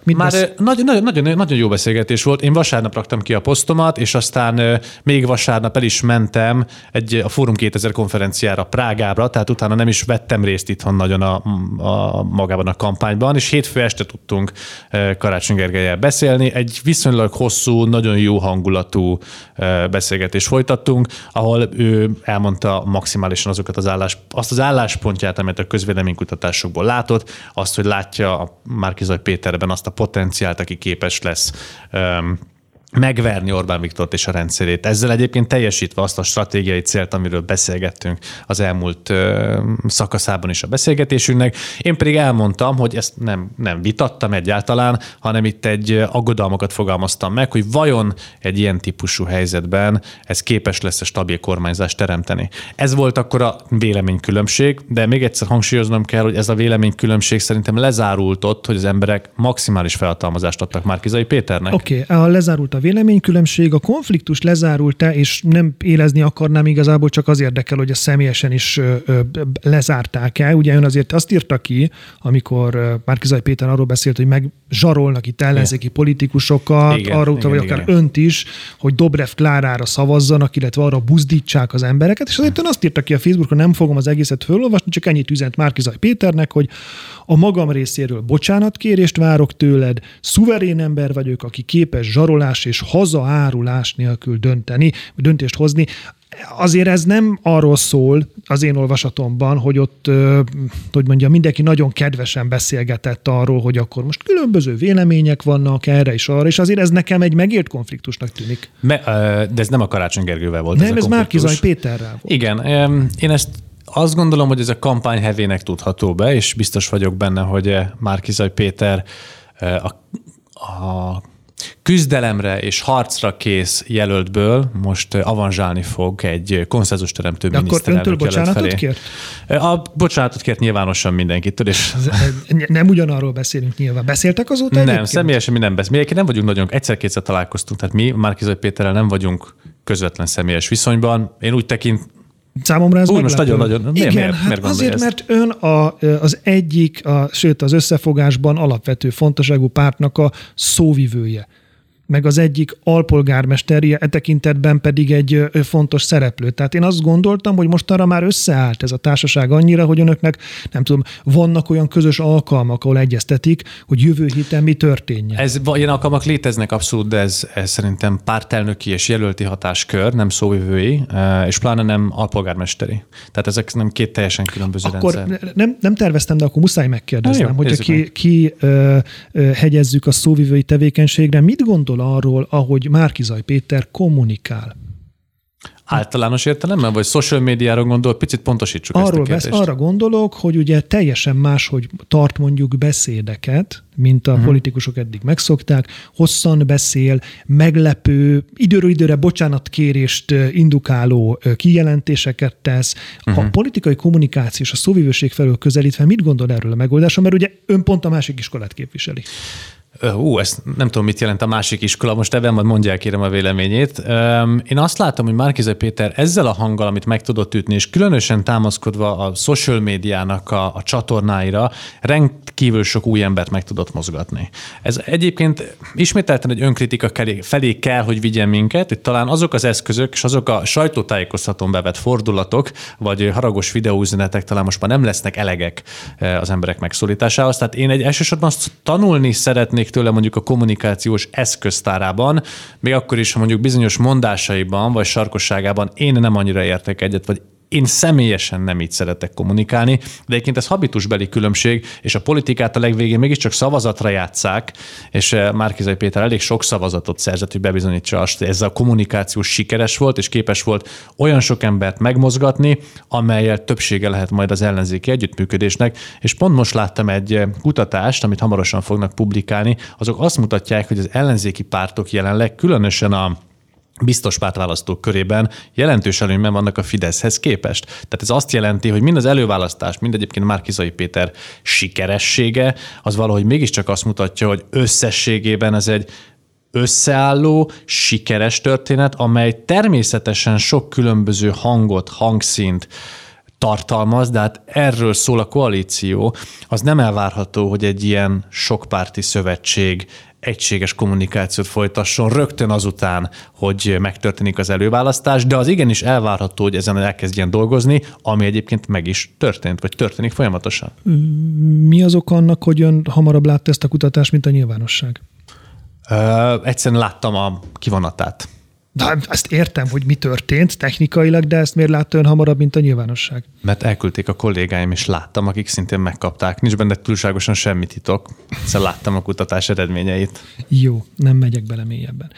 Nagyon jó beszélgetés volt. Én vasárnap raktam ki a posztomat, és aztán még vasárnap el is mentem a Fórum 2000 konferenciára Prágába, tehát utána nem is vettem részt itthon nagyon magában a kampányban, és hétfő este tudtunk Karácsony Gergellyel beszélni. Egy viszonylag hosszú, nagyon jó hangulatú beszélgetést folytattunk, ahol ő elmondta maximálisan azt az álláspontját, amit a közvéleménykutatás látott, azt, hogy látja a Márki-Zay Péterben azt a potenciált, aki képes lesz megverni Orbán Viktort és a rendszerét. Ezzel egyébként teljesítve azt a stratégiai célt, amiről beszélgettünk az elmúlt szakaszában is a beszélgetésünknek. Én pedig elmondtam, hogy ezt nem vitattam egyáltalán, hanem itt egy aggodalmakat fogalmaztam meg, hogy vajon egy ilyen típusú helyzetben ez képes lesz a stabil kormányzást teremteni. Ez volt akkor a véleménykülönbség, de még egyszer hangsúlyoznom kell, hogy ez a véleménykülönbség szerintem lezárult ott, hogy az emberek maximális felhatalmazást adtak Márki-Zay Péternek. Oké, lezárult a véleménykülönbség, a konfliktus lezárult-e, és nem élezni akarnám igazából, csak az érdekel, hogy a személyesen is lezárták-e. Ugye ön azért azt írta ki, amikor Márki-Zay Péter arról beszélt, hogy megzsarolnak itt ellenzéki politikusokat, arról, vagy akár önt is, hogy Dobrev Klárára szavazzanak, illetve arra buzdítsák az embereket, és azért ön azt írta ki a Facebookon, nem fogom az egészet fölolvasni, csak ennyit üzent Márki-Zay Péternek, hogy a magam részéről bocsánatkérést várok tőled, szuverén ember vagyok, aki képes zsarolás és hazaárulás nélkül döntést hozni. Azért ez nem arról szól az én olvasatomban, hogy ott, hogy mondjam, mindenki nagyon kedvesen beszélgetett arról, hogy akkor most különböző vélemények vannak erre és arra, és azért ez nekem egy megélt konfliktusnak tűnik. De ez nem a Karácsony Gergővel volt. Nem, ez Márki-Zay Péterrel volt. Igen, én ezt azt gondolom, hogy ez a kampány hevének tudható be, és biztos vagyok benne, hogy Márki-Zay Péter a küzdelemre és harcra kész jelöltből most avanzsálni fog egy konszenzusteremtő miniszterelnök jelölt felé. Kért? A bocsánatot kért nyilvánosan mindenkitől. És nem ugyanarról beszélünk nyilván. Beszéltek azóta Nem, egyébként? személyesen mi nem beszélünk. Mi nem vagyunk nagyon, egyszer-kétszer találkoztunk, tehát mi Márki-Zay Péterrel nem vagyunk közvetlen személyes viszonyban. Én úgy Számomra ez most nagyon-nagyon. Igen, miért azért, mert ön az egyik, sőt az összefogásban alapvető fontosságú pártnak a szóvivője, meg az egyik alpolgármesterje, tekintetben pedig egy fontos szereplő. Tehát én azt gondoltam, hogy mostanra már összeállt ez a társaság annyira, hogy önöknek, nem tudom, vannak olyan közös alkalmak, ahol egyeztetik, hogy jövő héten mi történjen. Ilyen alkalmak léteznek abszolút, de ez szerintem pártelnöki és jelölti hatáskör, nem szóvivői, és pláne nem alpolgármesteri. Tehát ezek nem két teljesen különböző rendszer. Nem terveztem, de akkor muszáj megkérdeznem, hogyha hegyezzük a szóvivői tevékenységre, mit gondol arról, ahogy Márki-Zay Péter kommunikál? Általános értelemben, vagy social médiára gondol? Picit pontosítsuk ezt a kérdést. Arra gondolok, hogy ugye teljesen máshogy tart mondjuk beszédeket, mint a politikusok eddig megszokták, hosszan beszél, meglepő, időről időre bocsánatkérést indukáló kijelentéseket tesz. A politikai kommunikáció és a szóvivőség felől közelítve mit gondol erről a megoldásról, mert ugye ön pont a másik iskolát képviseli. Ezt nem tudom, mit jelent a másik iskola, most ebben majd mondják, kérem a véleményét. Én azt látom, hogy Márki-Zay Péter ezzel a hanggal, amit meg tudott ütni, és különösen támaszkodva a social médiának a csatornáira, rendkívül sok új embert meg tudott mozgatni. Ez egyébként ismételten egy önkritika felé kell, hogy vigyen minket, hogy talán azok az eszközök és azok a sajtótájékoztatón bevett fordulatok, vagy haragos videóüzenetek talán most már nem lesznek elegek az emberek megszólításához. Tehát én elsősorban azt tanulni szeretnék tőle mondjuk a kommunikációs eszköztárában, még akkor is, ha mondjuk bizonyos mondásaiban vagy sarkosságában én nem annyira értek egyet, vagy én személyesen nem így szeretek kommunikálni, de egyébként ez habitusbeli különbség, és a politikát a legvégén mégiscsak szavazatra játsszák, és Márki-Zay Péter elég sok szavazatot szerzett, hogy bebizonyítsa azt, hogy ez a kommunikáció sikeres volt, és képes volt olyan sok embert megmozgatni, amellyel többsége lehet majd az ellenzéki együttműködésnek, és pont most láttam egy kutatást, amit hamarosan fognak publikálni, azok azt mutatják, hogy az ellenzéki pártok jelenleg különösen a biztos pártválasztók körében jelentős előnyben vannak a Fideszhez képest. Tehát ez azt jelenti, hogy mind az előválasztás, mind egyébként Márki-Zay Péter sikeressége, az valahogy mégiscsak azt mutatja, hogy összességében ez egy összeálló, sikeres történet, amely természetesen sok különböző hangot, hangszínt tartalmaz, de hát erről szól a koalíció. Az nem elvárható, hogy egy ilyen sokpárti szövetség egységes kommunikációt folytasson rögtön azután, hogy megtörténik az előválasztás, de az igenis elvárható, hogy ezen elkezdjen dolgozni, ami egyébként meg is történt, vagy történik folyamatosan. Mi az oka annak, hogy ön hamarabb látta ezt a kutatást, mint a nyilvánosság? Egyszerűen láttam a kivonatát. De ezt értem, hogy mi történt technikailag, de ezt miért látta ön hamarabb, mint a nyilvánosság? Mert elküldték a kollégáim, és láttam, akik szintén megkapták. Nincs benne túlságosan semmi titok. Szóval láttam a kutatás eredményeit. Jó, nem megyek bele mélyebben.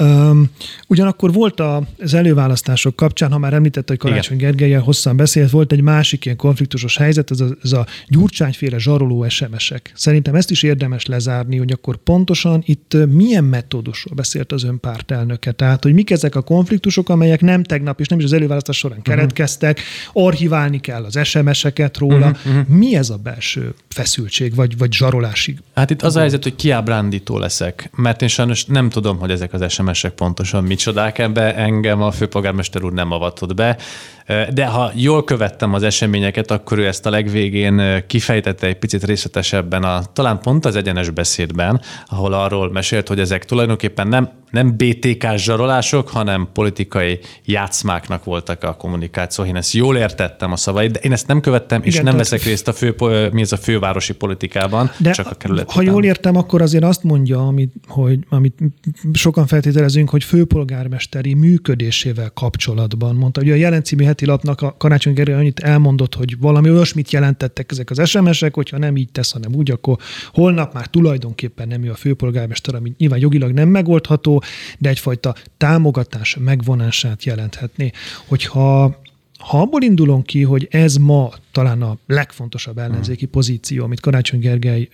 Ugyanakkor volt az előválasztások kapcsán, ha már említette, hogy Karácsony Gergellyel hosszan beszélt, volt egy másik ilyen konfliktusos helyzet, ez a Gyurcsányféle zsaroló SMS-ek. Szerintem ezt is érdemes lezárni, hogy akkor pontosan itt milyen metódusról beszélt az ön pártelnöke. Tehát, hogy mik ezek a konfliktusok, amelyek nem tegnap és nem is az előválasztás során keretkeztek, archiválni kell az SMS-eket róla. Mi ez a belső feszültség, vagy zsarolásig? Hát itt az a helyzet, hogy kiábrándító leszek, mert én sajnos nem tudom, hogy ezek az SMS-ek pontosan micsodák, ebbe engem a főpolgármester úr nem avatott be, de ha jól követtem az eseményeket, akkor ő ezt a legvégén kifejtette egy picit részletesebben, talán pont az egyenes beszédben, ahol arról mesélt, hogy ezek tulajdonképpen nem BTK-s zsarolások, hanem politikai játszmáknak voltak a kommunikáció. Én ezt jól értettem a szavait, de én ezt nem követtem, és nem veszek részt a fővárosi politikában, de csak a kerület. Ha jól értem, akkor azért azt mondja, amit sokan feltételezünk, hogy főpolgármesteri működésével kapcsolatban mondta. Ugye a Jelen című heti lapnak a Karácsony Gergely annyit elmondott, hogy valami olyasmit jelentettek ezek az SMS-ek, hogyha nem így tesz, hanem úgy, akkor holnap már tulajdonképpen nem ő a főpolgármester, ami nyilván jogilag nem megoldható, de egyfajta támogatás megvonását jelenthetné. Hogyha abból indulunk ki, hogy ez ma talán a legfontosabb ellenzéki pozíció, amit Karácsony Gergely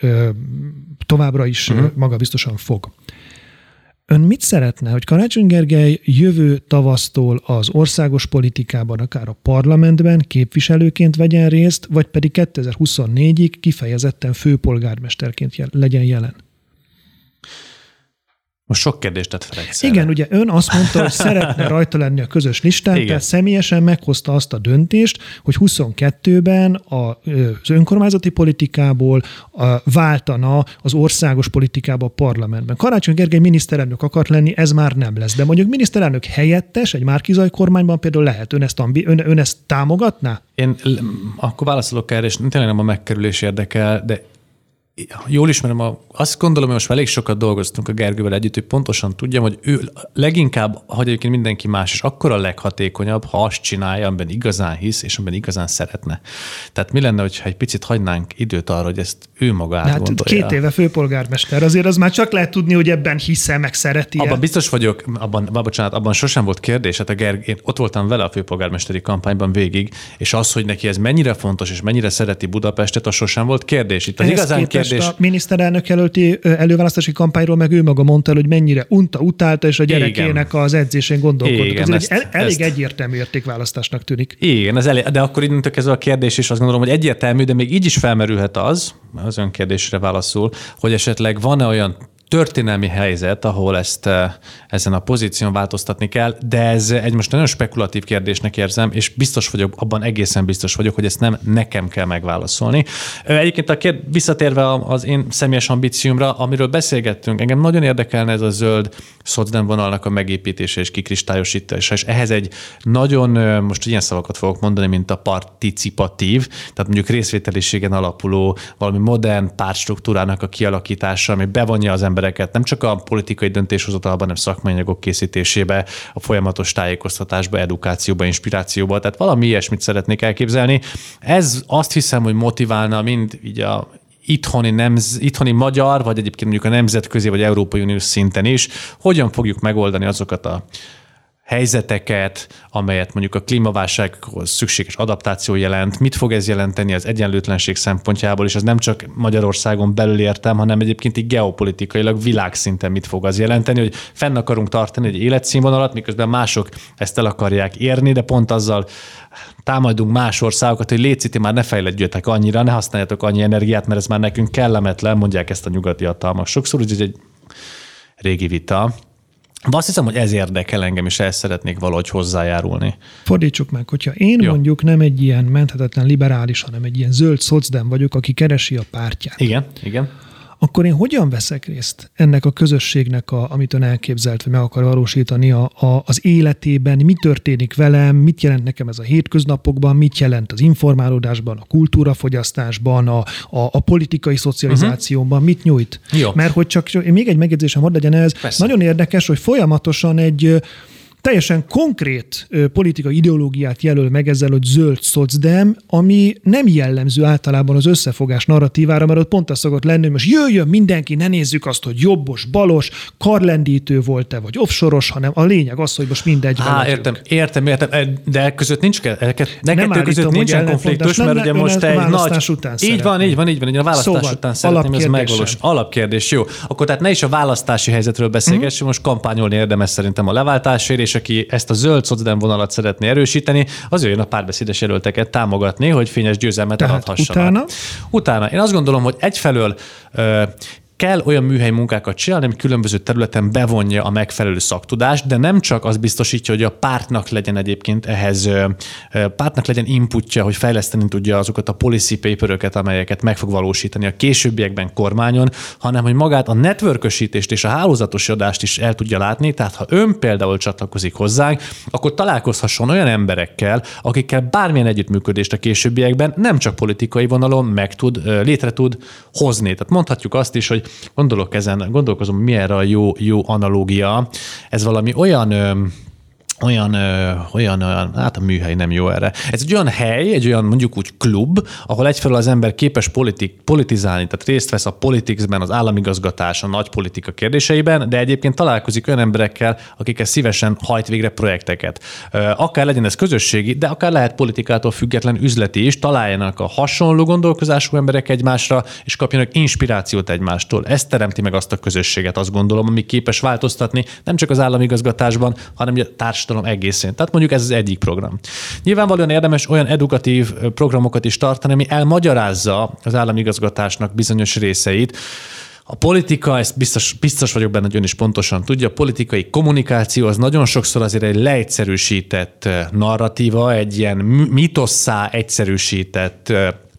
továbbra is magabiztosan fog. Ön mit szeretne, hogy Karácsony Gergely jövő tavasztól az országos politikában, akár a parlamentben képviselőként vegyen részt, vagy pedig 2024-ig kifejezetten főpolgármesterként legyen jelen? Most sok kérdést tett fel egyszerre. Igen, ugye ön azt mondta, hogy szeretne rajta lenni a közös listán, igen. Tehát személyesen meghozta azt a döntést, hogy 22-ben az önkormányzati politikából váltana az országos politikába a parlamentben. Karácsony Gergely miniszterelnök akart lenni, ez már nem lesz. De mondjuk miniszterelnök helyettes egy Márki-Zay kormányban például lehet. Ön ezt támogatná? Én akkor válaszolok erre, és tényleg nem a megkerülés érdekel, de jól ismerem, azt gondolom, hogy most már elég sokat dolgoztunk a Gergővel együtt, hogy pontosan tudjam, hogy ő leginkább, hogy egyébként mindenki más, és akkor a leghatékonyabb, ha azt csinálja, amiben igazán hisz, és amiben igazán szeretne. Tehát mi lenne, hogyha egy picit hagynánk időt arra, hogy ezt ő maga átgondolja? 2 éve főpolgármester, azért az már csak lehet tudni, hogy ebben hisze, meg szereti. Abban biztos vagyok, abban sosem volt kérdés. Hát én ott voltam vele a főpolgármesteri kampányban végig, és az, hogy neki ez mennyire fontos, és mennyire szereti Budapestet, az sosem volt kérdés. Itt az igazán kérdés. A miniszterelnök jelölti előválasztási kampányról meg ő maga mondta el, hogy mennyire utálta, és a gyerekének az edzésén gondolkodott. Ez elég egyértelmű értékválasztásnak tűnik. Igen, de akkor innentől kezdve a kérdés is azt gondolom, hogy egyértelmű, de még így is felmerülhet az önkérdésre válaszul, hogy esetleg van-e olyan történelmi helyzet, ahol ezen a pozíción változtatni kell, de ez egy most nagyon spekulatív kérdésnek érzem, és biztos vagyok, abban egészen biztos vagyok, hogy ezt nem nekem kell megválaszolni. Egyébként visszatérve az én személyes ambíciómra, amiről beszélgettünk, engem nagyon érdekelne ez a zöld szocdem vonalnak a megépítése és kikristályosítása, és ehhez egy nagyon, most ilyen szavakat fogok mondani, mint a participatív, tehát mondjuk részvételiségen alapuló, valami modern pártstruktúrának a kialakítása, ami bevonja az embereket nem csak a politikai döntéshozatalban, hanem szakmai anyagok készítésébe, a folyamatos tájékoztatásba, edukációba, inspirációba, tehát valami ilyesmit szeretnék elképzelni. Ez azt hiszem, hogy motiválna mind így a itthoni magyar, vagy egyébként mondjuk a nemzetközi, vagy Európai Uniós szinten is, hogyan fogjuk megoldani azokat a helyzeteket, amelyet mondjuk a klímaválsághoz szükséges adaptáció jelent, mit fog ez jelenteni az egyenlőtlenség szempontjából, és ez nem csak Magyarországon belül értem, hanem egyébként így geopolitikailag világszinten mit fog az jelenteni, hogy fenn akarunk tartani egy életszínvonalat, miközben mások ezt el akarják érni, de pont azzal támadunk más országokat, hogy légy már ne fejledjetek annyira, ne használjatok annyi energiát, mert ez már nekünk kellemetlen, mondják ezt a nyugati hatalmak sokszor, úgyhogy egy régi vita. De azt hiszem, hogy ez érdekel engem, és ezt szeretnék valahogy hozzájárulni. Fordítsuk meg, hogyha én mondjuk nem egy ilyen menthetetlen liberális, hanem egy ilyen zöld szocdem vagyok, aki keresi a pártját. Igen. Akkor én hogyan veszek részt ennek a közösségnek, amit ön elképzelt, vagy meg akar valósítani az életében, mi történik velem, mit jelent nekem ez a hétköznapokban, mit jelent az informálódásban, a kultúrafogyasztásban, a politikai szocializációban, mit nyújt. Jó. Mert hogy csak még egy megjegyzésem hadd legyen ez, persze. Nagyon érdekes, hogy folyamatosan egy teljesen konkrét politikai ideológiát jelöl meg ezzel, hogy zöld szocdem, ami nem jellemző általában az összefogás narratívára, mert ott pont az szokott lenni, hogy most jöjjön mindenki, ne nézzük azt, hogy jobbos, balos, karlendítő volt-e, vagy offsoros, hanem a lényeg az, hogy most mindegy. Értem, de között nincs nincsen konfliktus, mert ugye most egy nagy... Így van, a választás után szeretném, ez megvalós. Alapkérdés, jó. Akkor tehát ne is a választási helyzetről beszélgessünk, most kampányolni érdemes szerintem a leváltásért, és aki ezt a zöld szocdem vonalat szeretné erősíteni, az jöjjön a párbeszédes jelölteket támogatni, hogy fényes győzelmet aradhassanak. Utána én azt gondolom, hogy egyfelől kell olyan műhelyi munkákat csinálni, ami különböző területen bevonja a megfelelő szaktudást, de nem csak az biztosítja, hogy a pártnak legyen egyébként ehhez, pártnak legyen inputja, hogy fejleszteni tudja azokat a policy paperöket, amelyeket meg fog valósítani a későbbiekben kormányon, hanem hogy magát a networkösítést és a hálózatosodást is el tudja látni, tehát ha ön például csatlakozik hozzánk, akkor találkozhasson olyan emberekkel, akikkel bármilyen együttműködést a későbbiekben nem csak politikai vonalon létre tud hozni. Tehát mondhatjuk azt is, hogy gondolkozom, mi erre a jó analógia. Ez valami olyan, hát a műhely nem jó erre. Ez egy olyan hely, egy olyan mondjuk úgy klub, ahol egyfelől az ember képes politizálni, tehát részt vesz a politicsben, az államigazgatás, a nagy politika kérdéseiben, de egyébként találkozik olyan emberekkel, akikkel szívesen hajt végre projekteket. Akár legyen ez közösségi, de akár lehet politikától független üzleti is, találjanak a hasonló gondolkozású emberek egymásra, és kapjanak inspirációt egymástól. Ez teremti meg azt a közösséget, azt gondolom, ami képes változtatni nem csak az államigazgatásban, hanem a társadalom egészén. Tehát mondjuk ez az egyik program. Nyilvánvalóan érdemes olyan edukatív programokat is tartani, ami elmagyarázza az államigazgatásnak bizonyos részeit. A politika, ezt biztos vagyok benne, hogy ön is pontosan tudja, a politikai kommunikáció az nagyon sokszor azért egy leegyszerűsített narratíva, egy ilyen mitosszá egyszerűsített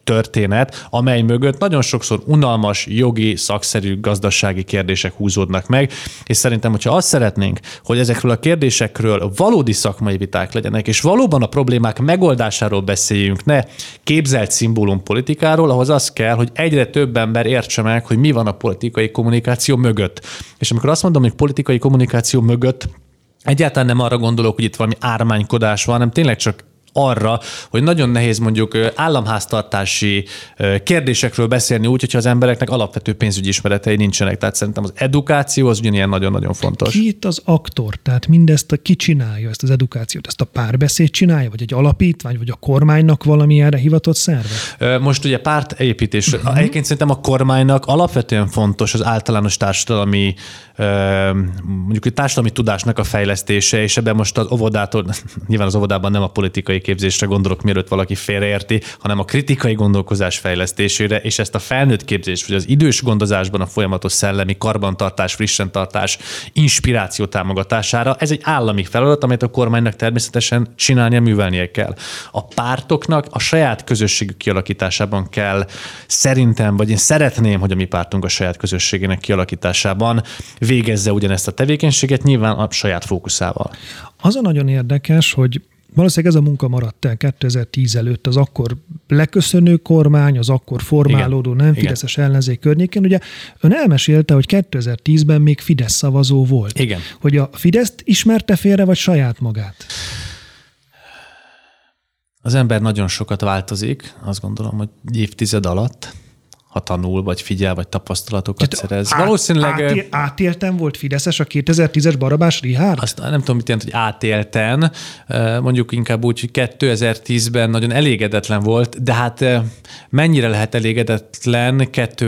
történet, amely mögött nagyon sokszor unalmas, jogi, szakszerű, gazdasági kérdések húzódnak meg, és szerintem, hogyha azt szeretnénk, hogy ezekről a kérdésekről valódi szakmai viták legyenek, és valóban a problémák megoldásáról beszéljünk, ne képzelt szimbólumpolitikáról, ahhoz az kell, hogy egyre több ember értse meg, hogy mi van a politikai kommunikáció mögött. És amikor azt mondom, hogy politikai kommunikáció mögött, egyáltalán nem arra gondolok, hogy itt valami ármánykodás van, hanem tényleg csak arra, hogy nagyon nehéz mondjuk államháztartási kérdésekről beszélni úgy, hogyha az embereknek alapvető pénzügyi ismeretei nincsenek. Tehát szerintem az edukáció az ugyanilyen nagyon-nagyon fontos. Ki itt az aktor? Tehát mindezt ki csinálja, ezt az edukációt? Ezt a párbeszéd csinálja? Vagy egy alapítvány? Vagy a kormánynak valami erre hivatott szerve? Most ugye pártépítés. Egyébként szerintem a kormánynak alapvetően fontos az általános társadalmi, mondjuk a társadalmi tudásnak a fejlesztése, és ebben most az óvodától, nyilván az óvodában nem a politikai képzésre gondolok, mielőtt valaki félreérti, hanem a kritikai gondolkozás fejlesztésére, és ezt a felnőtt képzést, vagy az idős gondozásban a folyamatos szellemi karbantartás, frissenntartás, inspiráció támogatására. Ez egy állami feladat, amit a kormánynak természetesen csinálnia, művelnie kell. A pártoknak a saját közösségük kialakításában kell szerintem, vagy én szeretném, hogy a mi pártunk a saját közösségének kialakításában végezze ugyanezt a tevékenységet, nyilván a saját fókuszával. Az a nagyon érdekes, hogy valószínűleg ez a munka maradt el 2010 előtt az akkor leköszönő kormány, az akkor formálódó nem fideszes ellenzék környékén. Ugye ön elmesélte, hogy 2010-ben még Fidesz szavazó volt. Igen. Hogy a Fideszt ismerte félre, vagy saját magát? Az ember nagyon sokat változik, azt gondolom, hogy évtized alatt, ha tanul, vagy figyel, vagy tapasztalatokat szerez. Valószínűleg... Átélten volt fideszes a 2010-es Barabás Richárd? Azt nem tudom, mit jelent, hogy átélten. Mondjuk inkább úgy, hogy 2010-ben nagyon elégedetlen volt, de hát mennyire lehet elégedetlen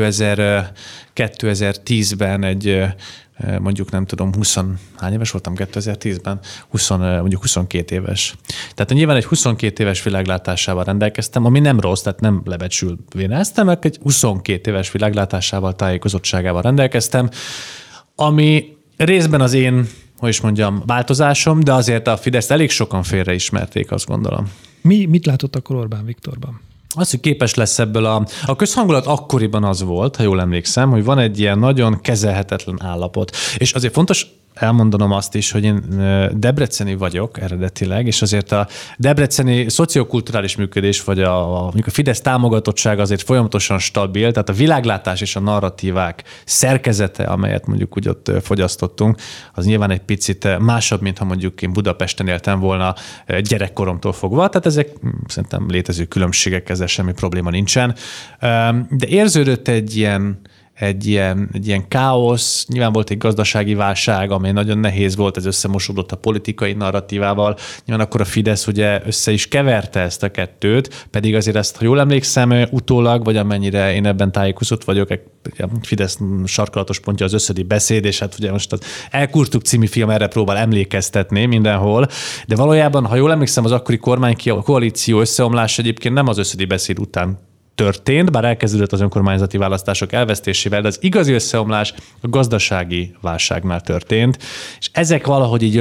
2010-ben egy mondjuk nem tudom, hány éves voltam 2010-ben? Mondjuk 22 éves. Tehát nyilván egy 22 éves világlátásával rendelkeztem, ami nem rossz, tehát nem lebecsülvén mert egy 22 éves világlátásával, tájékozottságával rendelkeztem, ami részben az én, hogy is mondjam, változásom, de azért a Fideszt elég sokan félreismerték, azt gondolom. Mit látott akkor Orbán Viktorban? Az, hogy képes lesz ebből a közhangulat akkoriban az volt, ha jól emlékszem, hogy van egy ilyen nagyon kezelhetetlen állapot. És azért fontos elmondanom azt is, hogy én debreceni vagyok eredetileg, és azért a debreceni szociokulturális működés, vagy a Fidesz támogatottság azért folyamatosan stabil, tehát a világlátás és a narratívák szerkezete, amelyet mondjuk úgy ott fogyasztottunk, az nyilván egy picit másabb, mint ha mondjuk én Budapesten éltem volna gyerekkoromtól fogva, tehát ezek szerintem létező különbségek, ezzel semmi probléma nincsen. De érződött egy ilyen káosz, nyilván volt egy gazdasági válság, amely nagyon nehéz volt, ez összemosódott a politikai narratívával, nyilván akkor a Fidesz ugye össze is keverte ezt a kettőt, pedig azért ezt, ha jól emlékszem, utólag, vagy amennyire én ebben tájékozott vagyok, a Fidesz sarkalatos pontja az összödi beszéd, és hát ugye most az Elkurtuk című film erre próbál emlékeztetni mindenhol, de valójában, ha jól emlékszem, az akkori kormánykoalíció összeomlás egyébként nem az összödi beszéd után történt, bár elkezdődött az önkormányzati választások elvesztésével, de az igazi összeomlás a gazdasági válságnál történt, és ezek valahogy így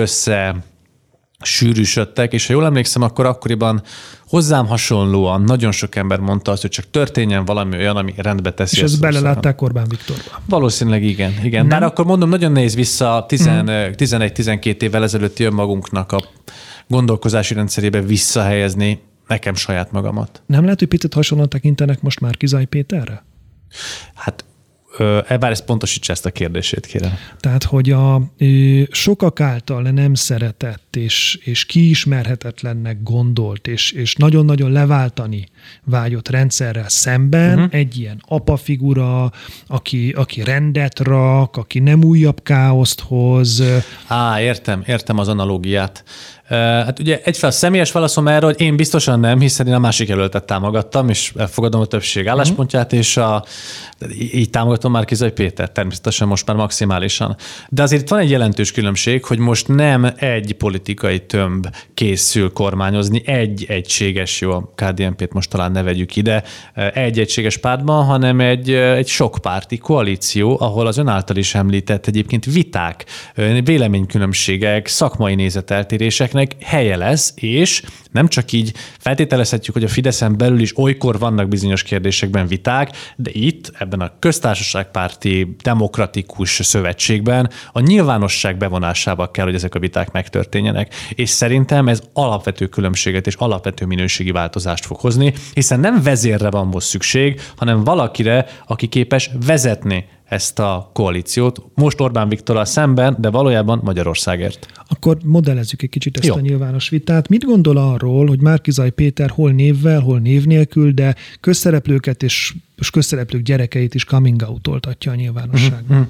sűrűsödtek, és ha jól emlékszem, akkor akkoriban hozzám hasonlóan nagyon sok ember mondta azt, hogy csak történjen valami olyan, ami rendbe teszi. És ezt belelátták Orbán Viktorba. Valószínűleg igen. Bár akkor mondom, nagyon nehéz vissza 11-12 évvel ezelőtti önmagunknak a gondolkozási rendszerébe visszahelyezni nekem saját magamat. Nem lehet, hogy picit hasonlóan tekintenek most már Kizaj Péterre? Hát bár ezt pontosítsa ezt a kérdését, kérem. Tehát, hogy a sokak által nem szeretett és kiismerhetetlennek gondolt, és nagyon-nagyon leváltani vágyott rendszerrel szemben egy ilyen apafigura, aki rendet rak, aki nem újabb káoszt hoz. Értem az analógiát. Hát ugye egyféle személyes válaszom erre, hogy én biztosan nem, hiszen én a másik jelöltet támogattam, és elfogadom a többség álláspontját, és így támogatom már Kizaj Pétert, természetesen most már maximálisan. De azért itt van egy jelentős különbség, hogy most nem egy politikai tömb készül kormányozni, egy egységes, jó, a KDNP-t most talán ne vegyük ide, egy egységes pártban, hanem egy sokpárti koalíció, ahol az ön által is említett egyébként viták, véleménykülönbségek, szakmai nézeteltérések helye lesz, és Nem csak így feltételezhetjük, hogy a Fideszen belül is olykor vannak bizonyos kérdésekben viták, de itt, ebben a köztársaságpárti demokratikus szövetségben a nyilvánosság bevonásával kell, hogy ezek a viták megtörténjenek. És szerintem ez alapvető különbséget és alapvető minőségi változást fog hozni, hiszen nem vezérre van most szükség, hanem valakire, aki képes vezetni ezt a koalíciót, most Orbán Viktorral szemben, de valójában Magyarországért. Akkor modellezzük egy kicsit ezt a nyilvános vitát. Mit gondol arról, hogy Márki-Zay Péter hol névvel, hol név nélkül, de közszereplőket és közszereplők gyerekeit is coming out-oltatja a nyilvánosságban?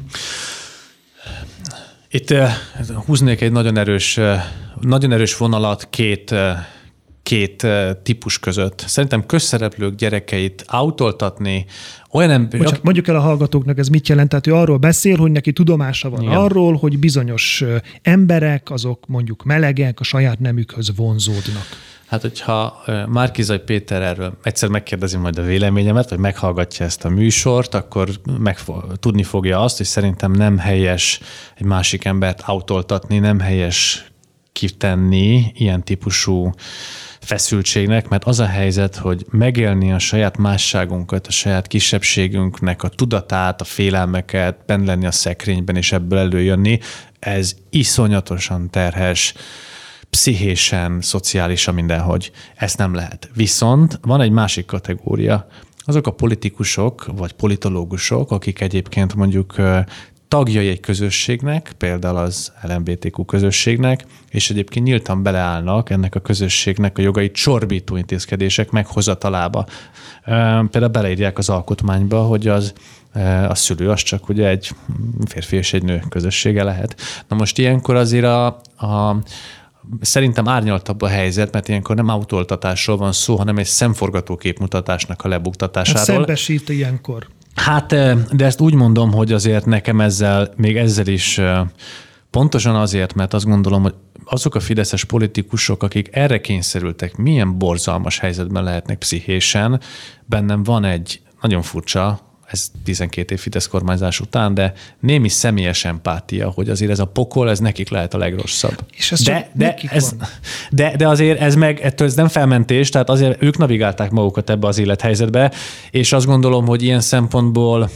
Itt húznék egy nagyon erős vonalat két típus között. Szerintem közszereplők gyerekeit autoltatni, olyan ember... Mondjuk el a hallgatóknak, ez mit jelent? Tehát ő arról beszél, hogy neki tudomása van arról, hogy bizonyos emberek, azok mondjuk melegek, a saját nemükhöz vonzódnak. Hát, hogyha Márki-Zay Péter erről egyszer megkérdezi majd a véleményemet, vagy meghallgatja ezt a műsort, akkor tudni fogja azt, hogy szerintem nem helyes egy másik embert autoltatni, nem helyes kitenni ilyen típusú feszültségnek, mert az a helyzet, hogy megélni a saját másságunkat, a saját kisebbségünknek a tudatát, a félelmeket, bent lenni a szekrényben és ebből előjönni, ez iszonyatosan terhes, pszichésen, szociálisan, mindenhogy. Ezt nem lehet. Viszont van egy másik kategória. Azok a politikusok, vagy politológusok, akik egyébként mondjuk tagjai egy közösségnek, például az LMBTQ közösségnek, és egyébként nyíltan beleállnak ennek a közösségnek a jogait csorbító intézkedések meghozatalába. Például beleírják az alkotmányba, hogy a szülő az csak ugye egy férfi és egy nő közössége lehet. Na most ilyenkor azért szerintem árnyaltabb a helyzet, mert ilyenkor nem autoltatásról van szó, hanem egy szemforgatóképmutatásnak a lebuktatásáról. Szembesít ilyenkor. Hát, de ezt úgy mondom, hogy azért nekem még ezzel is pontosan azért, mert azt gondolom, hogy azok a fideszes politikusok, akik erre kényszerültek, milyen borzalmas helyzetben lehetnek pszichésen, bennem van egy nagyon furcsa, ez 12 év Fidesz kormányzás után, de némi személyes empátia, hogy azért ez a pokol, ez nekik lehet a legrosszabb. És ez de azért ettől ez nem felmentés, tehát azért ők navigálták magukat ebbe az élethelyzetbe, és azt gondolom, hogy ilyen szempontból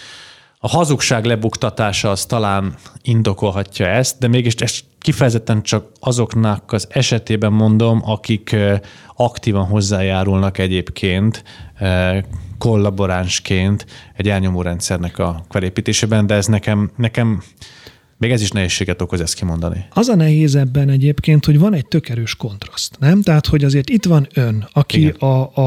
a hazugság lebuktatása az talán indokolhatja ezt, de mégis ezt kifejezetten csak azoknak az esetében mondom, akik aktívan hozzájárulnak egyébként kollaboránsként egy elnyomó rendszernek a felépítésében, de ez nekem még ez is nehézséget okoz ezt kimondani. Az a nehéz ebben egyébként, hogy van egy tök erős kontraszt, nem? Tehát, hogy azért itt van ön, aki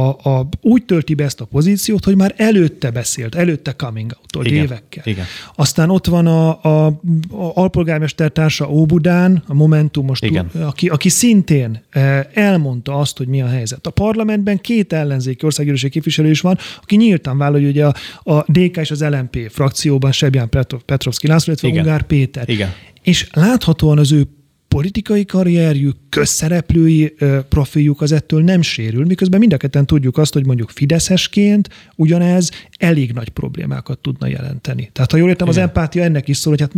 úgy tölti be ezt a pozíciót, hogy már előtte beszélt, előtte coming out-olt évekkel. Igen. Aztán ott van a alpolgármester társa Óbudán, a Momentum most, aki szintén elmondta azt, hogy mi a helyzet. A parlamentben 2 ellenzéki országgyűlési képviselő is van, aki nyíltan vállalja, hogy a DK és az LMP frakcióban Sebján Petrovszky László, illetve Ungár Péter. Igen. És láthatóan az ő politikai karrierjük, közszereplői profiljuk az ettől nem sérül, miközben mind a ketten tudjuk azt, hogy mondjuk fideszesként ugyanez elég nagy problémákat tudna jelenteni. Tehát ha jól értem, az empátia ennek is szól, hogy hát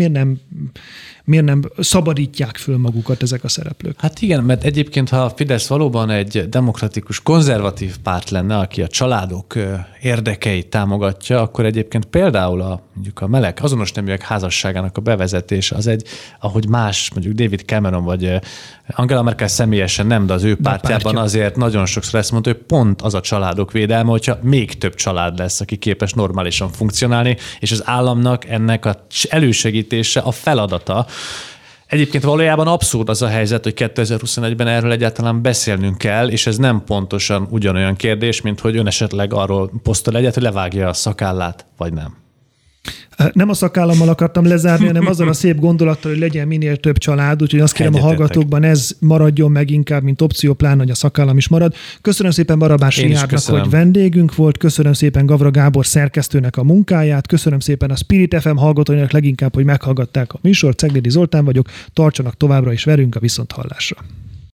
miért nem szabadítják föl magukat ezek a szereplők. Hát igen, mert egyébként, ha a Fidesz valóban egy demokratikus, konzervatív párt lenne, aki a családok érdekeit támogatja, akkor egyébként például mondjuk a meleg azonos neműek házasságának a bevezetés az ahogy más, mondjuk David Cameron vagy Angela Merkel személyesen nem, de az ő pártjában azért nagyon sokszor ezt mondta, hogy pont az a családok védelme, hogyha még több család lesz, aki képes normálisan funkcionálni, és az államnak ennek a elősegítése a feladata. Egyébként valójában abszurd az a helyzet, hogy 2021-ben erről egyáltalán beszélnünk kell, és ez nem pontosan ugyanolyan kérdés, mint hogy ön esetleg arról posztol egyet, hogy levágja a szakállát, vagy nem. Nem a szakállammal akartam lezárni, hanem azzal a szép gondolattal, hogy legyen minél több család, úgyhogy azt kérem a hallgatókban, ez maradjon meg inkább, mint opció, pláne, hogy a szakállam is marad. Köszönöm szépen Barabás Rihárdnak, hogy vendégünk volt, köszönöm szépen Gavra Gábor szerkesztőnek a munkáját, köszönöm szépen a Spirit FM hallgatóinak leginkább, hogy meghallgatták a műsort. Ceglédi Zoltán vagyok, tartsanak továbbra is velünk a viszonthallásra.